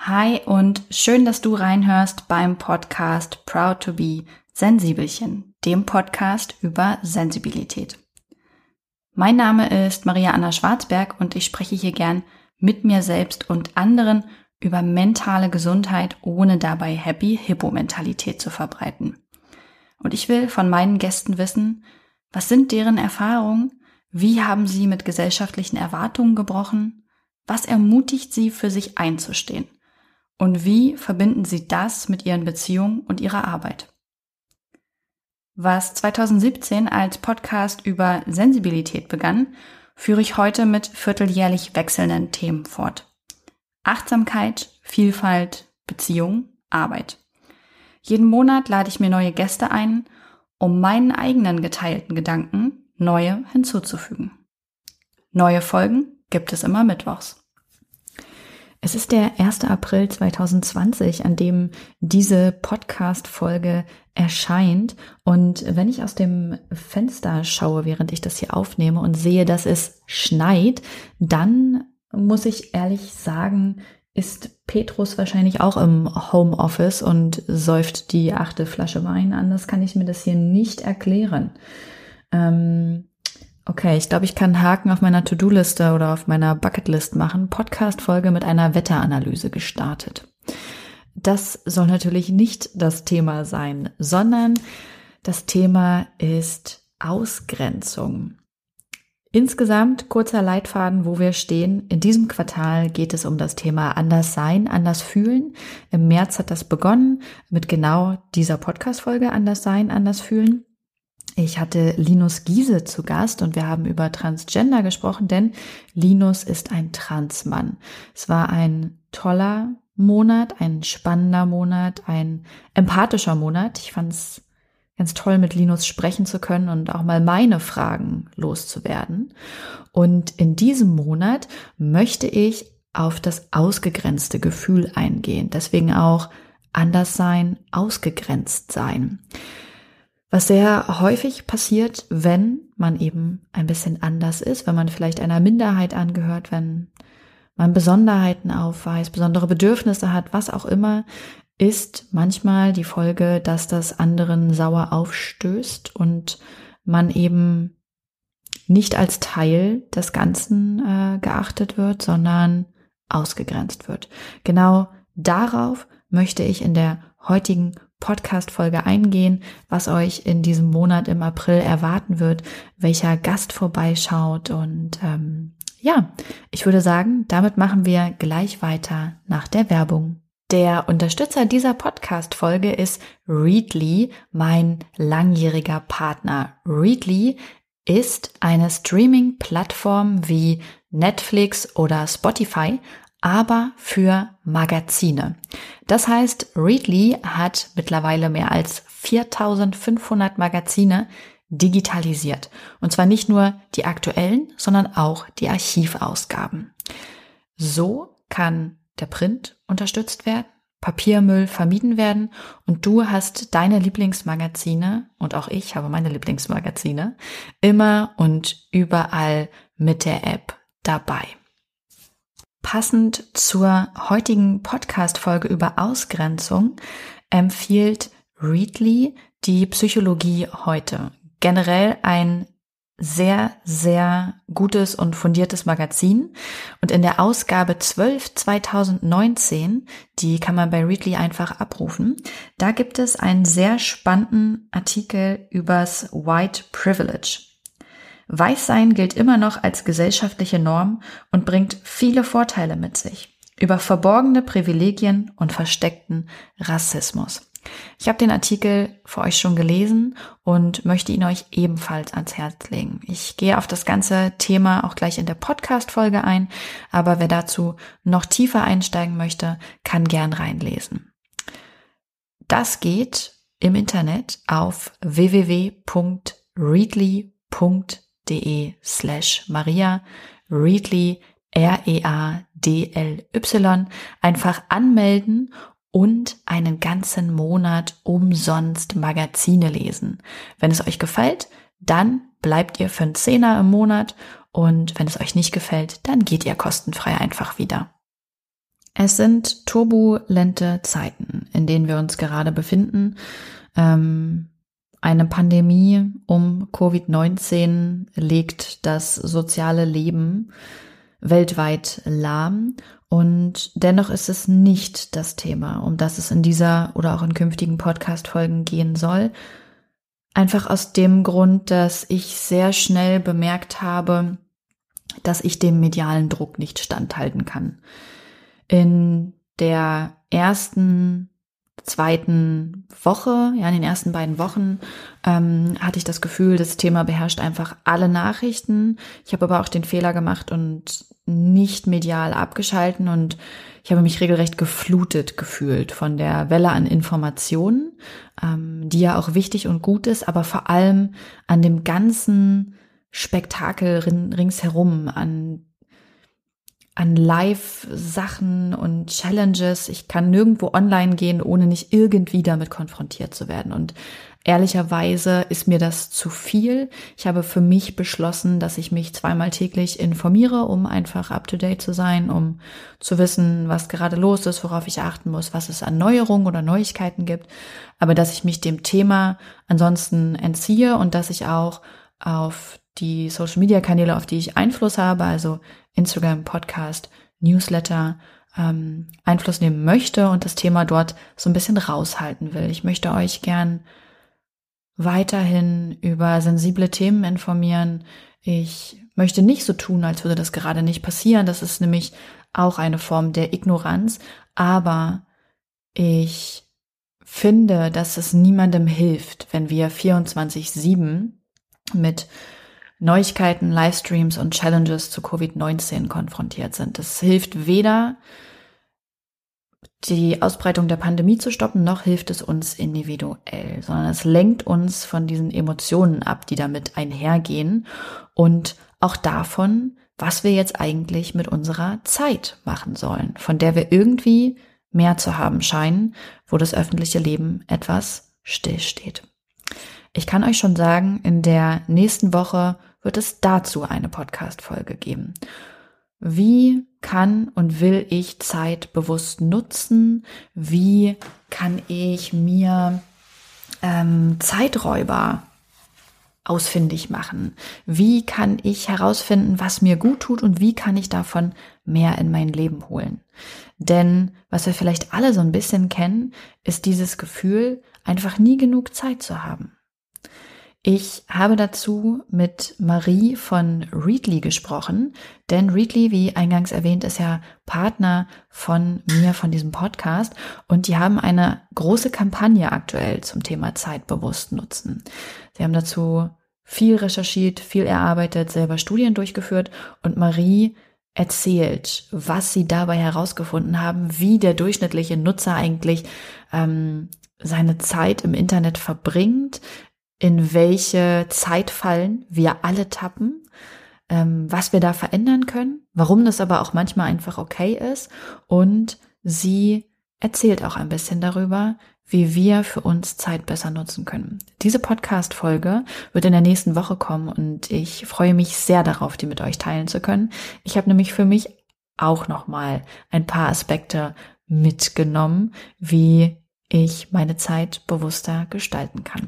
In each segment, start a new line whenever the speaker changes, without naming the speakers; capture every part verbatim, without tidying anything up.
Hi und schön, dass du reinhörst beim Podcast Proud to be Sensibelchen, dem Podcast über Sensibilität. Mein Name ist Maria Anna Schwarzberg und ich spreche hier gern mit mir selbst und anderen über mentale Gesundheit, ohne dabei Happy-Hippo-Mentalität zu verbreiten. Und ich will von meinen Gästen wissen, was sind deren Erfahrungen, wie haben sie mit gesellschaftlichen Erwartungen gebrochen, was ermutigt sie, für sich einzustehen und wie verbinden sie das mit ihren Beziehungen und ihrer Arbeit. Was zwanzig siebzehn als Podcast über Sensibilität begann, führe ich heute mit vierteljährlich wechselnden Themen fort. Achtsamkeit, Vielfalt, Beziehung, Arbeit. Jeden Monat lade ich mir neue Gäste ein, um meinen eigenen geteilten Gedanken neue hinzuzufügen. Neue Folgen gibt es immer mittwochs. Es ist der erster April zwanzig zwanzig, an dem diese Podcast-Folge erscheint. Und wenn ich aus dem Fenster schaue, während ich das hier aufnehme und sehe, dass es schneit, dann muss ich ehrlich sagen, ist Petrus wahrscheinlich auch im Homeoffice und säuft die achte Flasche Wein. Anders kann ich mir das hier nicht erklären. Ähm, okay, ich glaube, ich kann einen Haken auf meiner To-Do-Liste oder auf meiner Bucketlist machen. Podcast-Folge mit einer Wetteranalyse gestartet. Das soll natürlich nicht das Thema sein, sondern das Thema ist Ausgrenzung. Insgesamt kurzer Leitfaden, wo wir stehen. In diesem Quartal geht es um das Thema anders sein, anders fühlen. Im März hat das begonnen mit genau dieser Podcast-Folge anders sein, anders fühlen. Ich hatte Linus Giese zu Gast und wir haben über Transgender gesprochen, denn Linus ist ein Transmann. Es war ein toller Monat, ein spannender Monat, ein empathischer Monat. Ich fand es ganz toll, mit Linus sprechen zu können und auch mal meine Fragen loszuwerden. Und in diesem Monat möchte ich auf das ausgegrenzte Gefühl eingehen. Deswegen auch anders sein, ausgegrenzt sein. Was sehr häufig passiert, wenn man eben ein bisschen anders ist, wenn man vielleicht einer Minderheit angehört, wenn man Besonderheiten aufweist, besondere Bedürfnisse hat, was auch immer, ist manchmal die Folge, dass das anderen sauer aufstößt und man eben nicht als Teil des Ganzen äh, geachtet wird, sondern ausgegrenzt wird. Genau darauf möchte ich in der heutigen Podcast-Folge eingehen, was euch in diesem Monat im April erwarten wird, welcher Gast vorbeischaut und ähm, ja, ich würde sagen, damit machen wir gleich weiter nach der Werbung. Der Unterstützer dieser Podcast-Folge ist Readly, mein langjähriger Partner. Readly ist eine Streaming-Plattform wie Netflix oder Spotify, aber für Magazine. Das heißt, Readly hat mittlerweile mehr als viertausendfünfhundert Magazine digitalisiert. Und zwar nicht nur die aktuellen, sondern auch die Archivausgaben. So kann der Print unterstützt werden, Papiermüll vermieden werden und du hast deine Lieblingsmagazine, und auch ich habe meine Lieblingsmagazine, immer und überall mit der App dabei. Passend zur heutigen Podcast-Folge über Ausgrenzung empfiehlt Readly die Psychologie heute. Generell ein sehr, sehr gutes und fundiertes Magazin. Und in der Ausgabe zwölf zwanzig neunzehn, die kann man bei Readly einfach abrufen, da gibt es einen sehr spannenden Artikel übers White Privilege. Weißsein gilt immer noch als gesellschaftliche Norm und bringt viele Vorteile mit sich. Über verborgene Privilegien und versteckten Rassismus. Ich habe den Artikel für euch schon gelesen und möchte ihn euch ebenfalls ans Herz legen. Ich gehe auf das ganze Thema auch gleich in der Podcast-Folge ein, aber wer dazu noch tiefer einsteigen möchte, kann gern reinlesen. Das geht im Internet auf w w w punkt readly punkt de slash Maria, Readly, R E A D L Y, einfach anmelden und einen ganzen Monat umsonst Magazine lesen. Wenn es euch gefällt, dann bleibt ihr für einen Zehner im Monat und wenn es euch nicht gefällt, dann geht ihr kostenfrei einfach wieder. Es sind turbulente Zeiten, in denen wir uns gerade befinden. Ähm, eine Pandemie um Covid neunzehn legt das soziale Leben weltweit lahm. Und dennoch ist es nicht das Thema, um das es in dieser oder auch in künftigen Podcast-Folgen gehen soll. Einfach aus dem Grund, dass ich sehr schnell bemerkt habe, dass ich dem medialen Druck nicht standhalten kann. In der ersten, zweiten Woche, ja, in den ersten beiden Wochen ähm, hatte ich das Gefühl, das Thema beherrscht einfach alle Nachrichten. Ich habe aber auch den Fehler gemacht und nicht medial abgeschalten und ich habe mich regelrecht geflutet gefühlt von der Welle an Informationen, ähm, die ja auch wichtig und gut ist, aber vor allem an dem ganzen Spektakel ringsherum, an an Live-Sachen und Challenges. Ich kann nirgendwo online gehen, ohne nicht irgendwie damit konfrontiert zu werden. Und ehrlicherweise ist mir das zu viel. Ich habe für mich beschlossen, dass ich mich zweimal täglich informiere, um einfach up-to-date zu sein, um zu wissen, was gerade los ist, worauf ich achten muss, was es an Neuerungen oder Neuigkeiten gibt. Aber dass ich mich dem Thema ansonsten entziehe und dass ich auch auf die Social-Media-Kanäle, auf die ich Einfluss habe, also Instagram, Podcast, Newsletter, ähm, Einfluss nehmen möchte und das Thema dort so ein bisschen raushalten will. Ich möchte euch gern weiterhin über sensible Themen informieren. Ich möchte nicht so tun, als würde das gerade nicht passieren. Das ist nämlich auch eine Form der Ignoranz. Aber ich finde, dass es niemandem hilft, wenn wir vierundzwanzig sieben mit Neuigkeiten, Livestreams und Challenges zu Covid neunzehn konfrontiert sind. Das hilft weder, die Ausbreitung der Pandemie zu stoppen, noch hilft es uns individuell, sondern es lenkt uns von diesen Emotionen ab, die damit einhergehen und auch davon, was wir jetzt eigentlich mit unserer Zeit machen sollen, von der wir irgendwie mehr zu haben scheinen, wo das öffentliche Leben etwas stillsteht. Ich kann euch schon sagen, in der nächsten Woche wird es dazu eine Podcast-Folge geben. Wie kann und will ich Zeit bewusst nutzen? Wie kann ich mir ähm, Zeiträuber ausfindig machen? Wie kann ich herausfinden, was mir gut tut und wie kann ich davon mehr in mein Leben holen? Denn was wir vielleicht alle so ein bisschen kennen, ist dieses Gefühl, einfach nie genug Zeit zu haben. Ich habe dazu mit Marie von Readly gesprochen, denn Readly, wie eingangs erwähnt, ist ja Partner von mir, von diesem Podcast und die haben eine große Kampagne aktuell zum Thema zeitbewusst nutzen. Sie haben dazu viel recherchiert, viel erarbeitet, selber Studien durchgeführt und Marie erzählt, was sie dabei herausgefunden haben, wie der durchschnittliche Nutzer eigentlich ähm, seine Zeit im Internet verbringt, in welche Zeitfallen wir alle tappen, ähm, was wir da verändern können, warum das aber auch manchmal einfach okay ist. Und sie erzählt auch ein bisschen darüber, wie wir für uns Zeit besser nutzen können. Diese Podcast-Folge wird in der nächsten Woche kommen und ich freue mich sehr darauf, die mit euch teilen zu können. Ich habe nämlich für mich auch nochmal ein paar Aspekte mitgenommen, wie ich meine Zeit bewusster gestalten kann.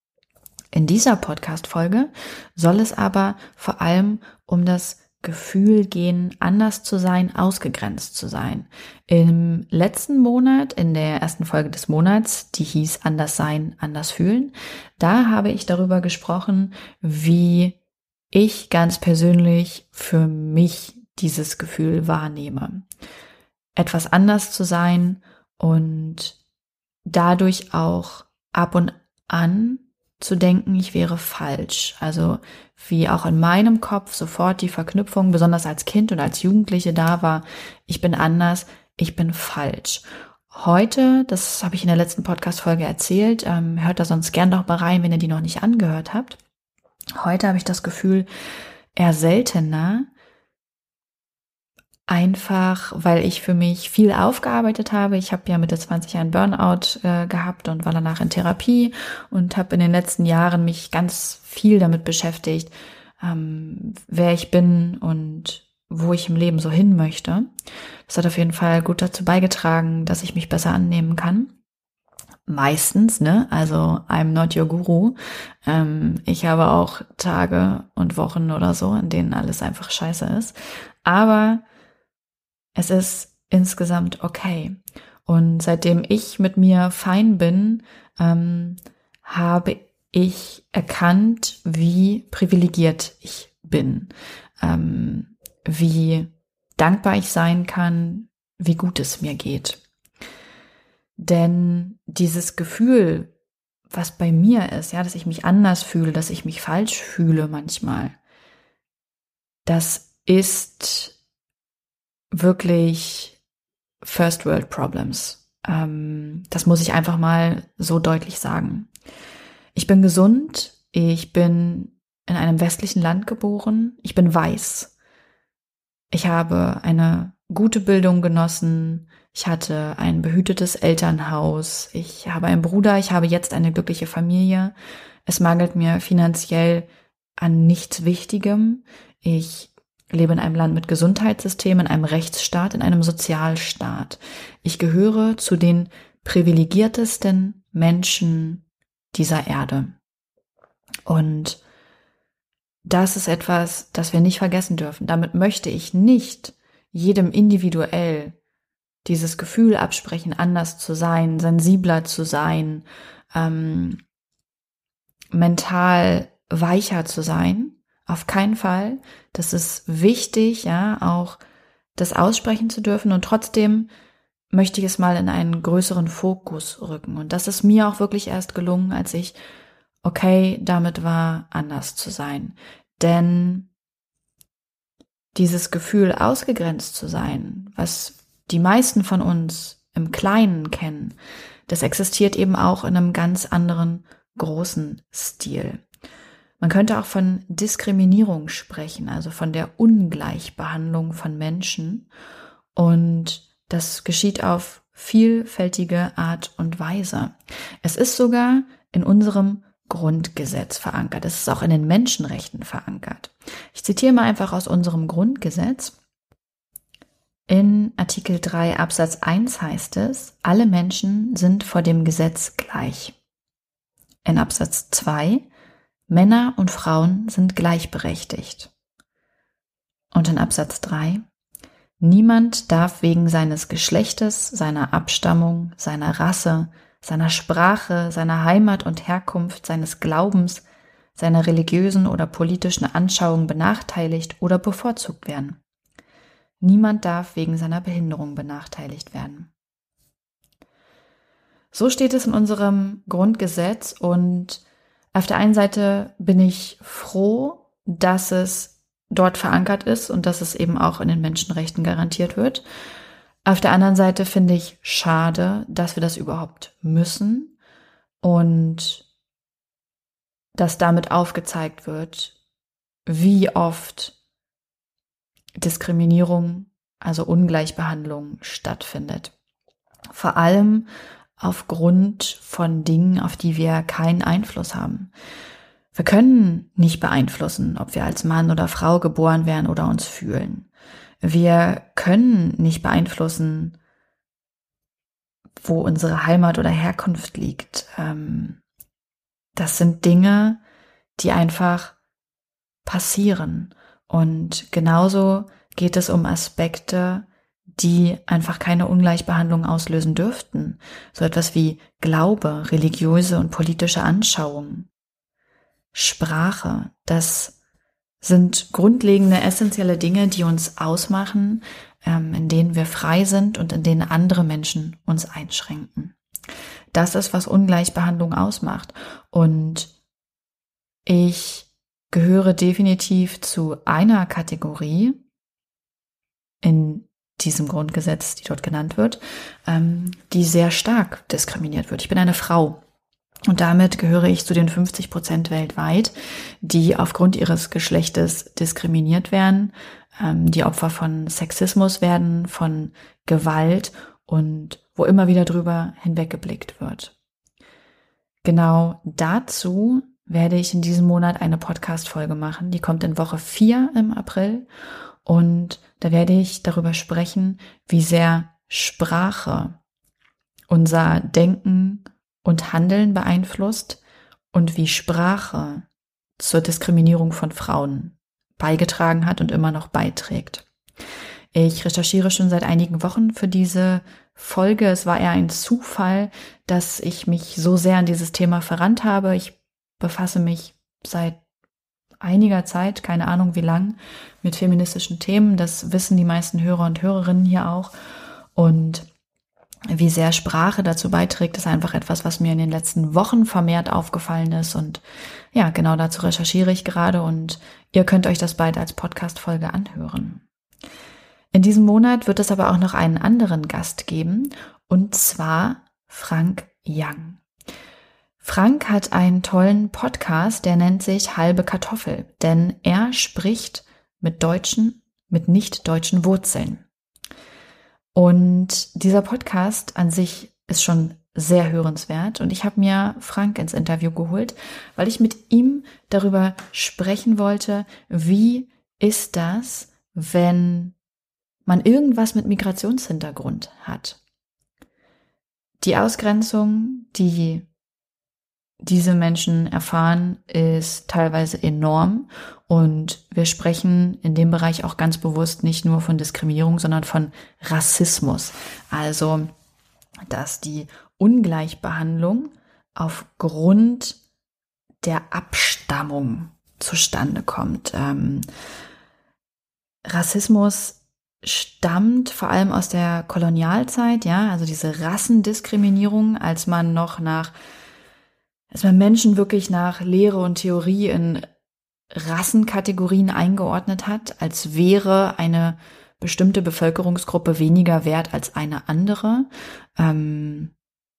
In dieser Podcast-Folge soll es aber vor allem um das Gefühl gehen, anders zu sein, ausgegrenzt zu sein. Im letzten Monat, in der ersten Folge des Monats, die hieß Anders sein, anders fühlen, da habe ich darüber gesprochen, wie ich ganz persönlich für mich dieses Gefühl wahrnehme. Etwas anders zu sein und dadurch auch ab und an zu denken, ich wäre falsch. Also wie auch in meinem Kopf sofort die Verknüpfung, besonders als Kind und als Jugendliche da war, ich bin anders, ich bin falsch. Heute, das habe ich in der letzten Podcast-Folge erzählt, ähm, hört da sonst gern noch mal rein, wenn ihr die noch nicht angehört habt. Heute habe ich das Gefühl, eher seltener, einfach, weil ich für mich viel aufgearbeitet habe. Ich habe ja Mitte zwanzig einen Burnout äh, gehabt und war danach in Therapie und habe in den letzten Jahren mich ganz viel damit beschäftigt, ähm, wer ich bin und wo ich im Leben so hin möchte. Das hat auf jeden Fall gut dazu beigetragen, dass ich mich besser annehmen kann. Meistens, ne? Also I'm not your guru. Ähm, ich habe auch Tage und Wochen oder so, in denen alles einfach scheiße ist. Aber es ist insgesamt okay. Und seitdem ich mit mir fein bin, ähm, habe ich erkannt, wie privilegiert ich bin, ähm, wie dankbar ich sein kann, wie gut es mir geht. Denn dieses Gefühl, was bei mir ist, ja, dass ich mich anders fühle, dass ich mich falsch fühle manchmal, das ist wirklich First World Problems. Ähm, das muss ich einfach mal so deutlich sagen. Ich bin gesund, ich bin in einem westlichen Land geboren, ich bin weiß. Ich habe eine gute Bildung genossen, ich hatte ein behütetes Elternhaus, ich habe einen Bruder, ich habe jetzt eine glückliche Familie. Es mangelt mir finanziell an nichts Wichtigem. Ich lebe in einem Land mit Gesundheitssystem, in einem Rechtsstaat, in einem Sozialstaat. Ich gehöre zu den privilegiertesten Menschen dieser Erde. Und das ist etwas, das wir nicht vergessen dürfen. Damit möchte ich nicht jedem individuell dieses Gefühl absprechen, anders zu sein, sensibler zu sein, ähm, mental weicher zu sein. Auf keinen Fall. Das ist wichtig, ja, auch das aussprechen zu dürfen. Und trotzdem möchte ich es mal in einen größeren Fokus rücken. Und das ist mir auch wirklich erst gelungen, als ich okay damit war, anders zu sein. Denn dieses Gefühl, ausgegrenzt zu sein, was die meisten von uns im Kleinen kennen, das existiert eben auch in einem ganz anderen großen Stil. Man könnte auch von Diskriminierung sprechen, also von der Ungleichbehandlung von Menschen. Und das geschieht auf vielfältige Art und Weise. Es ist sogar in unserem Grundgesetz verankert. Es ist auch in den Menschenrechten verankert. Ich zitiere mal einfach aus unserem Grundgesetz. In Artikel drei Absatz eins heißt es, alle Menschen sind vor dem Gesetz gleich. In Absatz zwei, Männer und Frauen sind gleichberechtigt. Und in Absatz drei, niemand darf wegen seines Geschlechtes, seiner Abstammung, seiner Rasse, seiner Sprache, seiner Heimat und Herkunft, seines Glaubens, seiner religiösen oder politischen Anschauung benachteiligt oder bevorzugt werden. Niemand darf wegen seiner Behinderung benachteiligt werden. So steht es in unserem Grundgesetz und auf der einen Seite bin ich froh, dass es dort verankert ist und dass es eben auch in den Menschenrechten garantiert wird. Auf der anderen Seite finde ich schade, dass wir das überhaupt müssen und dass damit aufgezeigt wird, wie oft Diskriminierung, also Ungleichbehandlung stattfindet. Vor allem aufgrund von Dingen, auf die wir keinen Einfluss haben. Wir können nicht beeinflussen, ob wir als Mann oder Frau geboren werden oder uns fühlen. Wir können nicht beeinflussen, wo unsere Heimat oder Herkunft liegt. Das sind Dinge, die einfach passieren. Und genauso geht es um Aspekte, die einfach keine Ungleichbehandlung auslösen dürften. So etwas wie Glaube, religiöse und politische Anschauungen, Sprache, das sind grundlegende, essentielle Dinge, die uns ausmachen, ähm, in denen wir frei sind und in denen andere Menschen uns einschränken. Das ist, was Ungleichbehandlung ausmacht. Und ich gehöre definitiv zu einer Kategorie in diesem Grundgesetz, die dort genannt wird, ähm, die sehr stark diskriminiert wird. Ich bin eine Frau. Und damit gehöre ich zu den fünfzig Prozent weltweit, die aufgrund ihres Geschlechtes diskriminiert werden, ähm, die Opfer von Sexismus werden, von Gewalt und wo immer wieder drüber hinweggeblickt wird. Genau dazu werde ich in diesem Monat eine Podcast-Folge machen. Die kommt in Woche vier im April Und da werde ich darüber sprechen, wie sehr Sprache unser Denken und Handeln beeinflusst und wie Sprache zur Diskriminierung von Frauen beigetragen hat und immer noch beiträgt. Ich recherchiere schon seit einigen Wochen für diese Folge. Es war eher ein Zufall, dass ich mich so sehr an dieses Thema verrannt habe. Ich befasse mich seit einiger Zeit, keine Ahnung wie lang, mit feministischen Themen. Das wissen die meisten Hörer und Hörerinnen hier auch. Und wie sehr Sprache dazu beiträgt, ist einfach etwas, was mir in den letzten Wochen vermehrt aufgefallen ist. Und ja, genau dazu recherchiere ich gerade und ihr könnt euch das bald als Podcast-Folge anhören. In diesem Monat wird es aber auch noch einen anderen Gast geben, und zwar Frank Young. Frank hat einen tollen Podcast, der nennt sich Halbe Kartoffel, denn er spricht mit Deutschen, mit nicht-deutschen Wurzeln. Und dieser Podcast an sich ist schon sehr hörenswert und ich habe mir Frank ins Interview geholt, weil ich mit ihm darüber sprechen wollte, wie ist das, wenn man irgendwas mit Migrationshintergrund hat. Die Ausgrenzung, die diese Menschen erfahren, ist teilweise enorm und wir sprechen in dem Bereich auch ganz bewusst nicht nur von Diskriminierung, sondern von Rassismus. Also, dass die Ungleichbehandlung aufgrund der Abstammung zustande kommt. Ähm, Rassismus stammt vor allem aus der Kolonialzeit, ja, also diese Rassendiskriminierung, als man noch nach, als man Menschen wirklich nach Lehre und Theorie in Rassenkategorien eingeordnet hat, als wäre eine bestimmte Bevölkerungsgruppe weniger wert als eine andere. Ähm,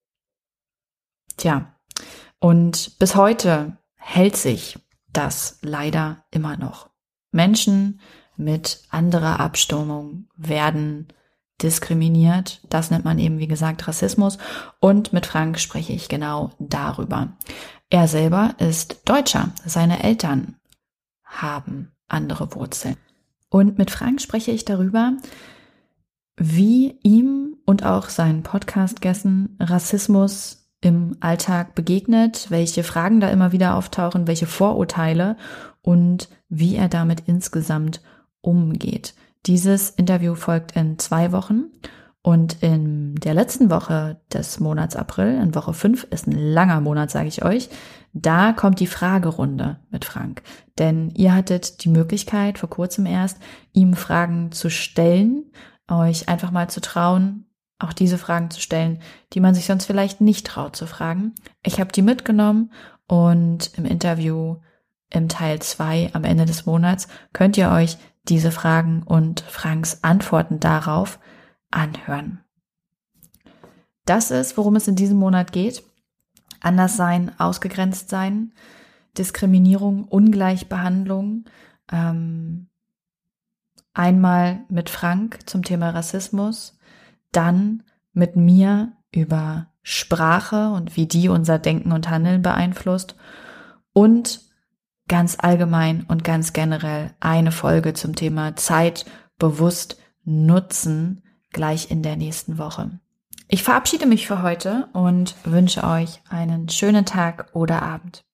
tja, und bis heute hält sich das leider immer noch. Menschen mit anderer Abstammung werden diskriminiert. Das nennt man eben, wie gesagt, Rassismus. Und mit Frank spreche ich genau darüber. Er selber ist Deutscher. Seine Eltern haben andere Wurzeln. Und mit Frank spreche ich darüber, wie ihm und auch seinen Podcast-Gästen Rassismus im Alltag begegnet, welche Fragen da immer wieder auftauchen, welche Vorurteile und wie er damit insgesamt umgeht. Dieses Interview folgt in zwei Wochen und in der letzten Woche des Monats April, in Woche fünf, ist ein langer Monat, sage ich euch, da kommt die Fragerunde mit Frank. Denn ihr hattet die Möglichkeit, vor kurzem erst, ihm Fragen zu stellen, euch einfach mal zu trauen, auch diese Fragen zu stellen, die man sich sonst vielleicht nicht traut zu fragen. Ich habe die mitgenommen und im Interview im Teil zwei am Ende des Monats könnt ihr euch diese Fragen und Franks Antworten darauf anhören. Das ist, worum es in diesem Monat geht. Anders sein, ausgegrenzt sein, Diskriminierung, Ungleichbehandlung. Ähm, einmal mit Frank zum Thema Rassismus, dann mit mir über Sprache und wie die unser Denken und Handeln beeinflusst und ganz allgemein und ganz generell eine Folge zum Thema Zeit bewusst nutzen, gleich in der nächsten Woche. Ich verabschiede mich für heute und wünsche euch einen schönen Tag oder Abend.